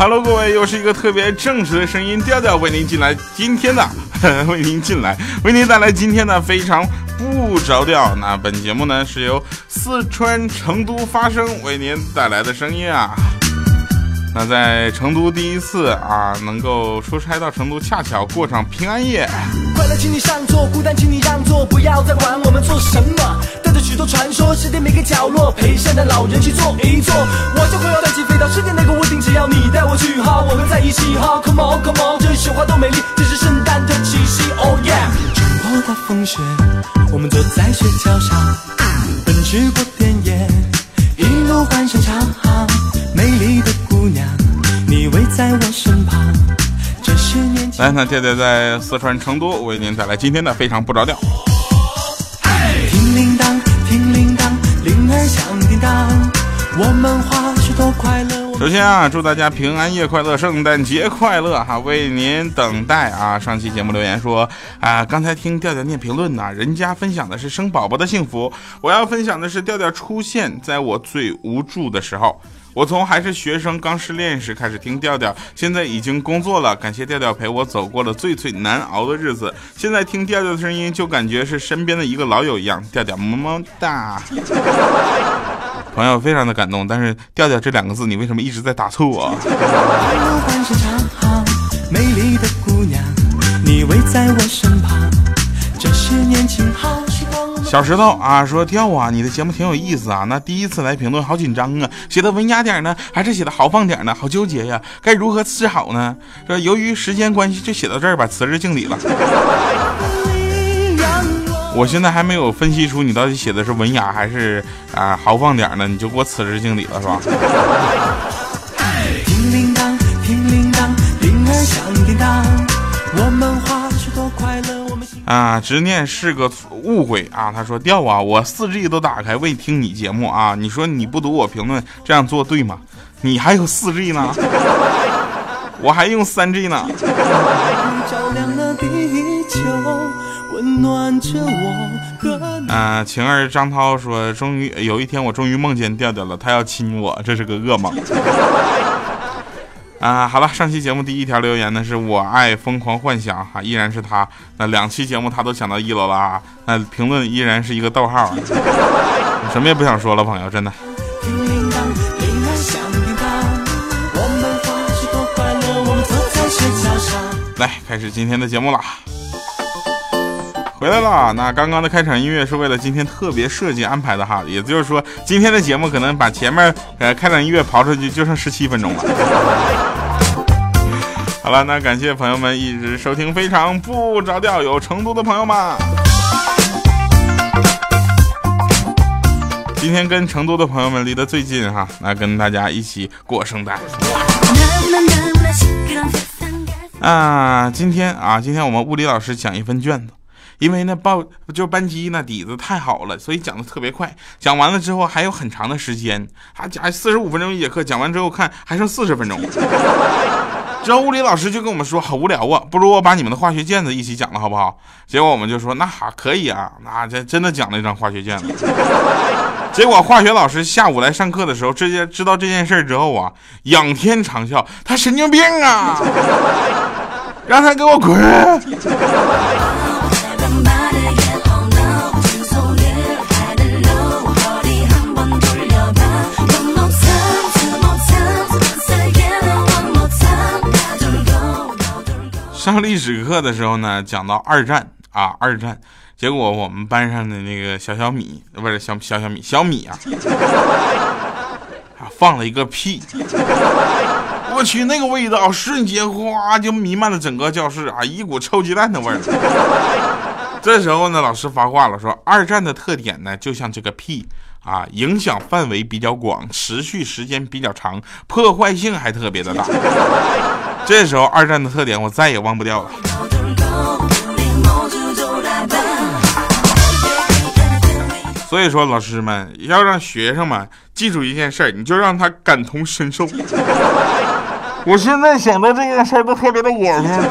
Hello， 各位，又是一个特别正式的声音调调为您带来今天的非常不着调。那本节目呢是由四川成都发声为您带来的声音啊。那在成都第一次啊能够出差到成都，恰巧过上平安夜。 快乐请你上座，孤单请你让座，不要再管我们做什么，带着许多传说，世界每个角落陪圣诞老人去坐一坐。我就会要带起飞到世界那个屋顶，只要你带我去哈，我们在一起哈。Come on Come on， 这些花多美丽，这是圣诞的气息。Oh yeah， 中国的风雪，我们坐在雪橇上，奔驰过田野，一路欢声唱，美丽的姑娘，你围在我身旁。这是年轻。 来，那调调在四川成都为您带来今天的非常不着调。 叮铃当，叮铃当，铃儿响叮当，我们花许多快乐。 首先啊，祝大家平安夜快乐，圣诞节快乐哈！为您等待啊。上期节目留言说啊，刚才听调调念评论呢，人家分享的是生宝宝的幸福，我要分享的是调调出现在我最无助的时候。我从还是学生刚失恋时开始听调调，现在已经工作了，感谢调调陪我走过了最难熬的日子。现在听调调的声音就感觉是身边的一个老友一样。调调么么哒。朋友非常的感动，但是调调这2个字你为什么一直在打错啊？ 美丽的姑娘，你围在我身旁，这是年轻好时光。 小石头啊说，调啊，你的节目挺有意思啊，那第一次来评论好紧张啊，写的文雅点呢还是写的豪放点呢，好纠结呀，该如何是好呢？说由于时间关系就写到这儿吧，辞职敬礼了。我现在还没有分析出你到底写的是文雅还是豪放点呢，你就给我辞职敬礼了是吧？ 叮铃当，叮铃当，铃儿响叮当，我们花许多快乐。 执念是个误会啊！他说调啊，我4G 都打开为听你節目啊，你說你不讀我評論，這樣做對嗎？你還有4G 呢，我還用3G 呢。晴儿张涛說，終於有一天我終於夢見調調了，他要親我，這是個噩夢。好了，上期节目第一条留言呢是我爱疯狂幻想哈，依然是他。那2期节目他都抢到1楼了啊，那评论依然是一个逗号，什么也不想说了，朋友，真的。来，开始今天的节目了。回来了，那刚刚的开场音乐是为了今天特别设计安排的哈，也就是说今天的节目可能把前面开场音乐刨出去就剩17分钟了。好了，那感谢朋友们一直收听非常不着调，有成都的朋友们，今天跟成都的朋友们离得最近哈，那跟大家一起过圣诞。今天我们物理老师讲一份卷子，因为呢班级呢底子太好了，所以讲的特别快，讲完了之后还有很长的时间，还加45分钟一节课，讲完之后看还剩40分钟。之后物理老师就跟我们说好无聊啊，不如我把你们的化学卷子一起讲了好不好？结果我们就说那可以啊，那这真的讲了一张化学卷子。结果化学老师下午来上课的时候，知道这件事之后啊，仰天长啸，他神经病啊，让他给我滚。上历史课的时候呢，讲到二战，结果我们班上的那个小米不是小米啊，放了一个屁，我去，那个味道瞬间哗就弥漫了整个教室啊，一股臭鸡蛋的味儿。这时候呢，老师发话了，说二战的特点呢，就像这个屁啊，影响范围比较广，持续时间比较长，破坏性还特别的大。这时候二战的特点我再也忘不掉了。所以说老师们要让学生们记住一件事，你就让他感同身受。我现在想到这件事都特别的恶心。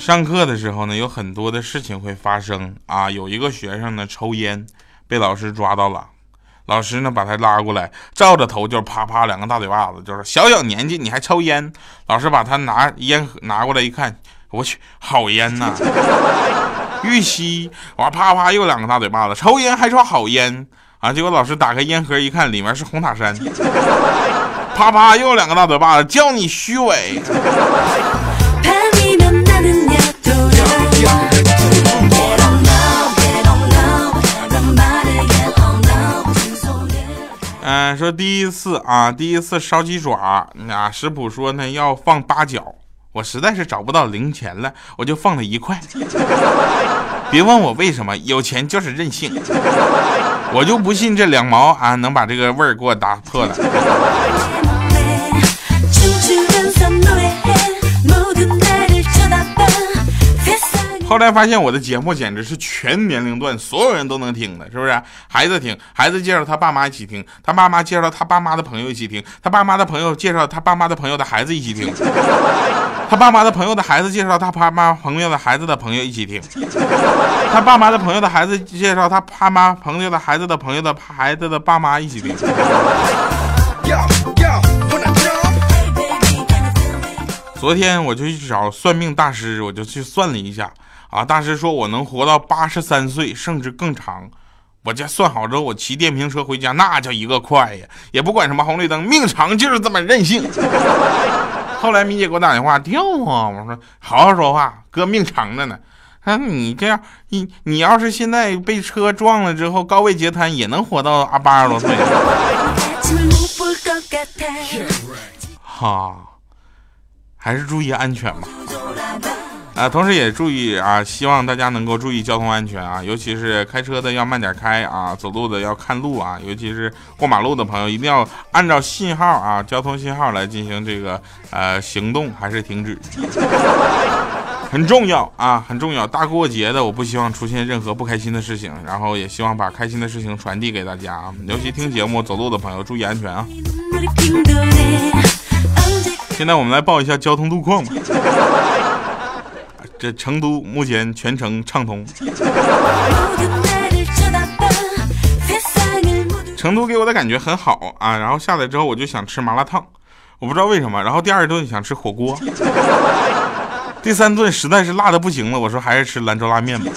上课的时候呢，有很多的事情会发生啊。有一个学生呢抽烟，被老师抓到了。老师呢把他拉过来，照着头就是啪啪2个大嘴巴子，就是小年纪你还抽烟。老师把他烟拿过来一看，我去，好烟呐！玉溪，哇，啪啪又2个大嘴巴子，抽烟还说好烟啊！结果老师打开烟盒一看，里面是红塔山，啪啪又2个大嘴巴子，叫你虚伪。说第一次烧鸡爪啊，食谱说呢要放8角，我实在是找不到零钱了，我就放了1块。别问我为什么，有钱就是任性。我就不信这2毛啊能把这个味儿给我打破了。后来发现我的节目简直是全年龄段所有人都能听的，是不是？孩子听，孩子介绍他爸妈一起听，他爸妈介绍他爸妈的朋友一起听，他爸妈的朋友介绍他爸妈的朋友的孩子一起听，他爸妈的朋友的孩子介绍他爸妈朋友的孩子的朋友一起听，他爸妈的朋友的孩子介绍他爸妈朋友的孩子的朋友的孩子的爸妈一起听。昨天我就去找算命大师，我就去算了一下啊，大师说我能活到83岁甚至更长。我这算好之后，我骑电瓶车回家那叫一个快呀，也不管什么红绿灯，命长就是这么任性。后来米姐给我打电话，掉啊，我说好好说话，哥命长着呢。你这样，你要是现在被车撞了之后高位截瘫，也能活到80多岁。哈，还是注意安全吧。同时也注意啊，希望大家能够注意交通安全啊，尤其是开车的要慢点开啊，走路的要看路啊，尤其是过马路的朋友一定要按照信号啊，交通信号来进行这个行动还是停止，很重要啊，很重要。大过节的，我不希望出现任何不开心的事情，然后也希望把开心的事情传递给大家啊，尤其听节目走路的朋友注意安全啊。现在我们来报一下交通路况吧。这成都目前全程畅通。成都给我的感觉很好啊，然后下来之后我就想吃麻辣烫，我不知道为什么，然后第2顿想吃火锅，第3顿实在是辣的不行了，我说还是吃兰州拉面吧。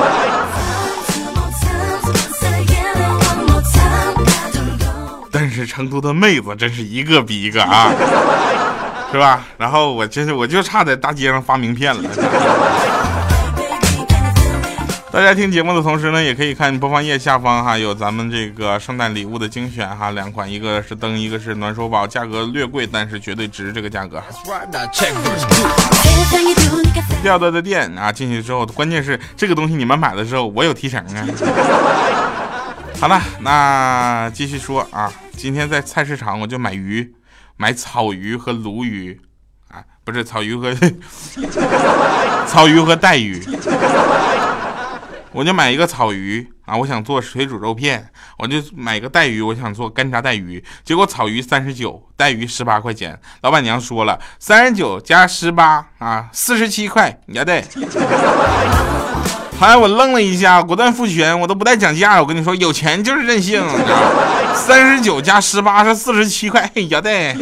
但是成都的妹子真是一个比一个啊，是吧？然后我就差在大街上发名片了。大家听节目的同时呢，也可以看播放页下方哈，有咱们这个圣诞礼物的精选哈，2款，一个是灯，一个是暖手宝，价格略贵，但是绝对值这个价格。掉到的店啊，进去之后，关键是这个东西你们买的时候，我有提成啊。好了，那继续说啊，今天在菜市场我就买草鱼和鲈鱼啊，不是草鱼和草鱼和带鱼。我就买一个草鱼啊，我想做水煮肉片，我就买一个带鱼，我想做干炸带鱼，结果草鱼39，带鱼18块钱。老板娘说了，39加18啊，47块，你要得。后来我愣了一下，果断付钱，我都不带讲价，我跟你说，有钱就是任性，你知道39加18是47块，嘿呀得。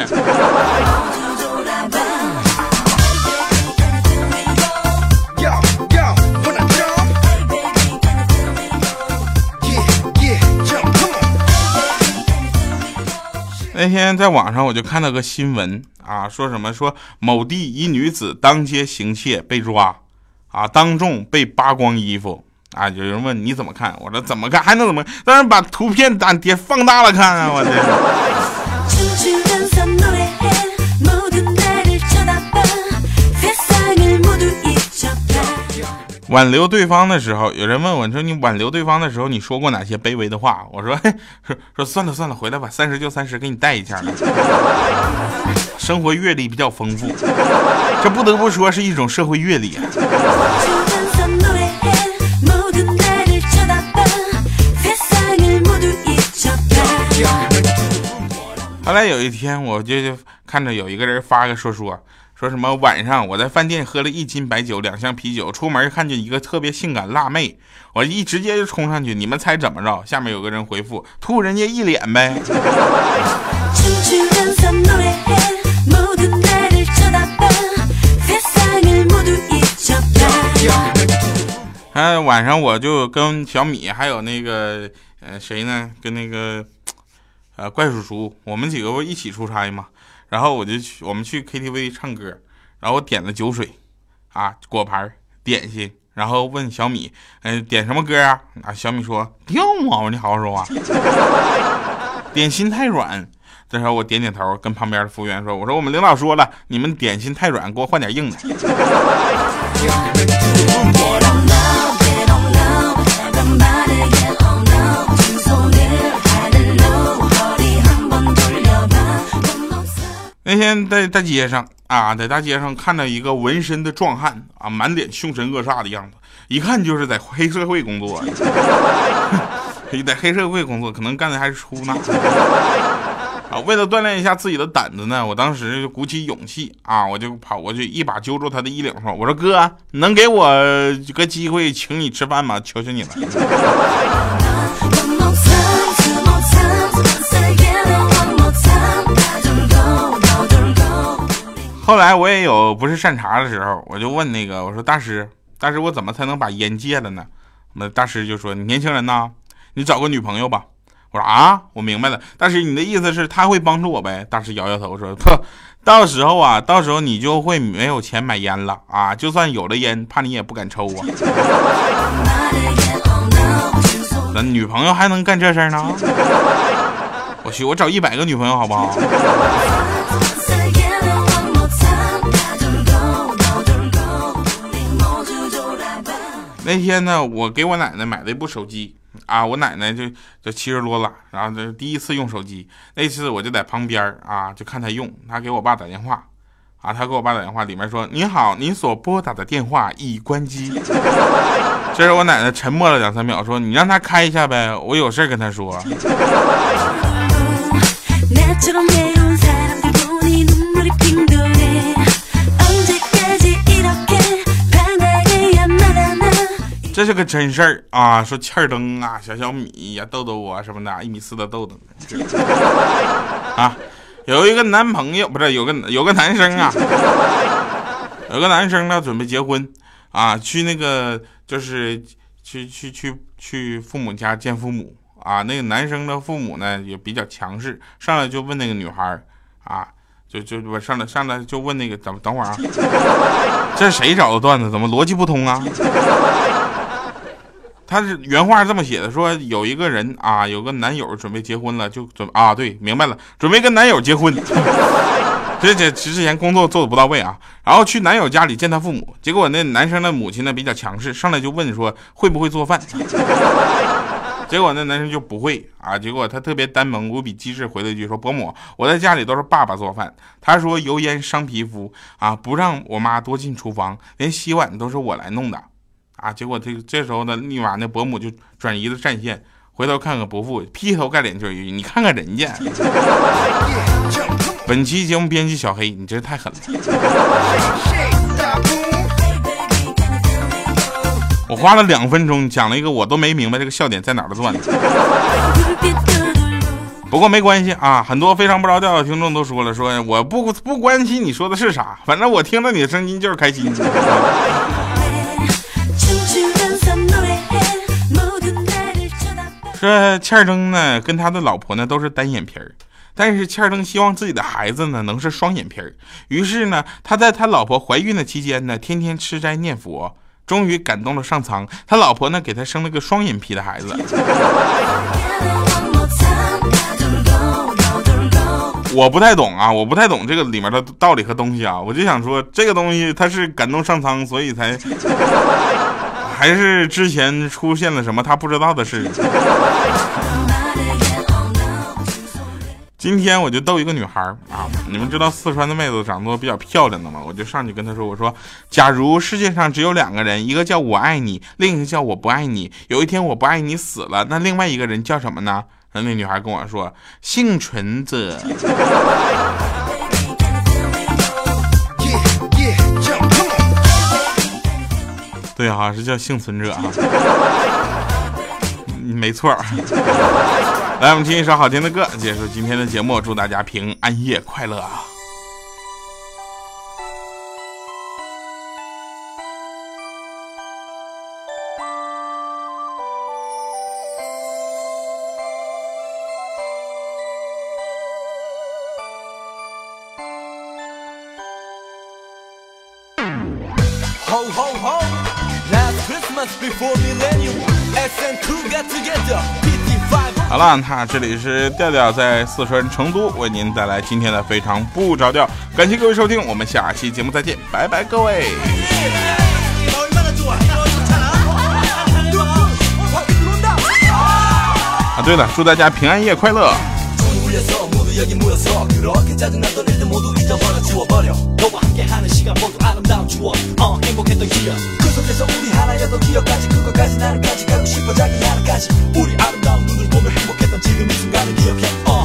那天在网上我就看到个新闻啊，说某地一女子当街行窃被抓啊，当众被扒光衣服啊。有人问你怎么看，我说怎么看还能怎么看，当然把图片叠放大了看啊，我这。挽留对方的时候，有人问我说你挽留对方的时候你说过哪些卑微的话，我说算了回来吧，30就30，给你带一下了。生活阅历比较丰富，这不得不说是一种社会阅历啊。后来有一天我就看着有一个人发个说说什么晚上我在饭店喝了1斤白酒2箱啤酒，出门看见一个特别性感辣妹，我直接就冲上去，你们猜怎么着？下面有个人回复，吐人家一脸呗。晚上我就跟小米还有那个谁呢，跟那个怪叔叔，我们几个不一起出差嘛，然后我们去 KTV 唱歌，然后我点了酒水啊、果盘、点心，然后问小米点什么歌啊？小米说掉啊，你好好说话。点心太软。这时候我点点头，跟旁边的服务员说，我说我们领导说了，你们点心太软，给我换点硬的。那天在大街上啊，在大街上看到一个纹身的壮汉啊，满脸凶神恶煞的样子，一看就是在黑社会工作。在黑社会工作，可能干的还是出纳。啊，为了锻炼一下自己的胆子呢，我当时就鼓起勇气啊，我就跑过去一把揪住他的衣领说，我说哥，能给我个机会请你吃饭吗？求求你了。后来我也有不是善茬的时候，我就问那个，我说大师我怎么才能把烟戒了呢？那大师就说，你年轻人呐，你找个女朋友吧。我说啊，我明白了，大师你的意思是他会帮助我呗？大师摇摇头说，呵，到时候你就会没有钱买烟了啊，就算有了烟，怕你也不敢抽啊。那女朋友还能干这事呢？我去，我找100个女朋友好不好？那天呢，我给我奶奶买了一部手机啊，我奶奶就70多了，然后这第一次用手机，那次我就在旁边啊，就看她用，她给我爸打电话啊，她给我爸打电话，里面说您好，您所拨打的电话已关机。这时我奶奶沉默了2-3秒，说你让她开一下呗，我有事跟她说。这是个真事儿啊！说欠儿灯啊，小米呀、豆豆啊什么的，1.4米的豆豆啊，有一个男朋友不是有个男生啊，有个男生呢准备结婚啊，去那个就是去父母家见父母啊。那个男生的父母呢也比较强势，上来就问那个女孩啊，就我上来就问那个等会儿啊，这是谁找的段子？怎么逻辑不通啊？他是原话是这么写的，说有一个人啊，有个男友准备结婚了，对，明白了，准备跟男友结婚。这之前工作做的不到位啊，然后去男友家里见他父母，结果那男生的母亲呢比较强势，上来就问说会不会做饭。结果那男生就不会啊，结果他特别单萌无比机智，回了一句说，伯母，我在家里都是爸爸做饭，他说油烟伤皮肤啊，不让我妈多进厨房，连洗碗都是我来弄的啊。结果这时候呢，立马那伯母就转移了战线，回头看看伯父，劈头盖脸就一句，你看看人家。本期节目编辑小黑，你真是太狠了。我花了2分钟讲了一个我都没明白这个笑点在哪儿的段子。不过没关系啊，很多非常不着调的听众都说了，说我不关心你说的是啥，反正我听到你的声音就是开心。说欠儿灯呢跟他的老婆呢都是单眼皮儿，但是欠儿灯希望自己的孩子呢能是双眼皮儿，于是呢他在他老婆怀孕的期间呢天天吃斋念佛，终于感动了上苍，他老婆呢给他生了个双眼皮的孩子。我不太懂啊，我不太懂这个里面的道理和东西啊，我就想说这个东西它是感动上苍，所以才还是之前出现了什么他不知道的事。今天我就逗一个女孩啊，你们知道四川的妹子长得都比较漂亮的吗？我就上去跟她说，我说假如世界上只有2个人，一个叫我爱你，另一个叫我不爱你，有一天我不爱你死了，那另外一个人叫什么呢？那女孩跟我说幸存者。 对啊，是叫幸存者啊。没错。来，我们听一首好听的歌，结束今天的节目。祝大家平安夜快乐啊！ Ho ho ho, last Christmas before millennium, SN2 got together, PT5。 好了，那这里是调调在四川成都为您带来今天的非常不着调，感谢各位收听，我们下期节目再见，拜拜各位。啊，对了，祝大家平安夜快乐。 여기 모여서 그렇게 짜증났던 일들 모두 잊어버려 지워버려 너와 함께하는 시간 모두 아름다운 추억 행복했던 기억 그 속에서 우리 하나였던 기억까지 그것까지 나는 가져가고 싶어 자기 하나까지 우리 아름다운 눈을 보며 행복했던 지금 이 순간을 기억해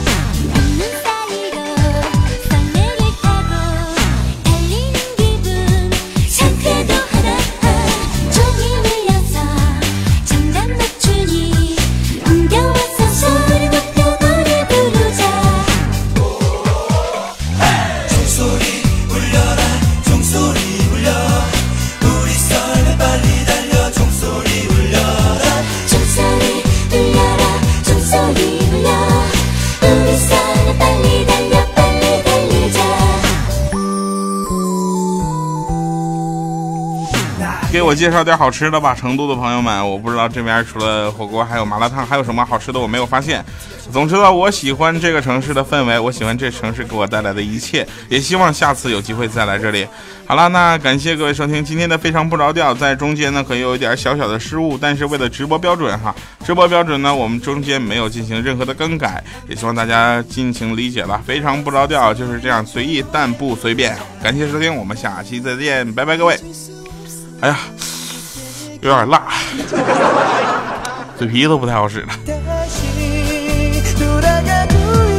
给我介绍点好吃的吧，成都的朋友们，我不知道这边除了火锅还有麻辣烫还有什么好吃的我没有发现。总之我喜欢这个城市的氛围，我喜欢这城市给我带来的一切，也希望下次有机会再来这里。好了，那感谢各位收听今天的非常不着调，在中间呢可以有一点小小的失误，但是为了直播标准直播标准呢我们中间没有进行任何的更改，也希望大家尽情理解了。非常不着调就是这样随意但不随便。感谢收听，我们下期再见，拜拜各位。哎呀，有点辣，嘴皮都不太好使了。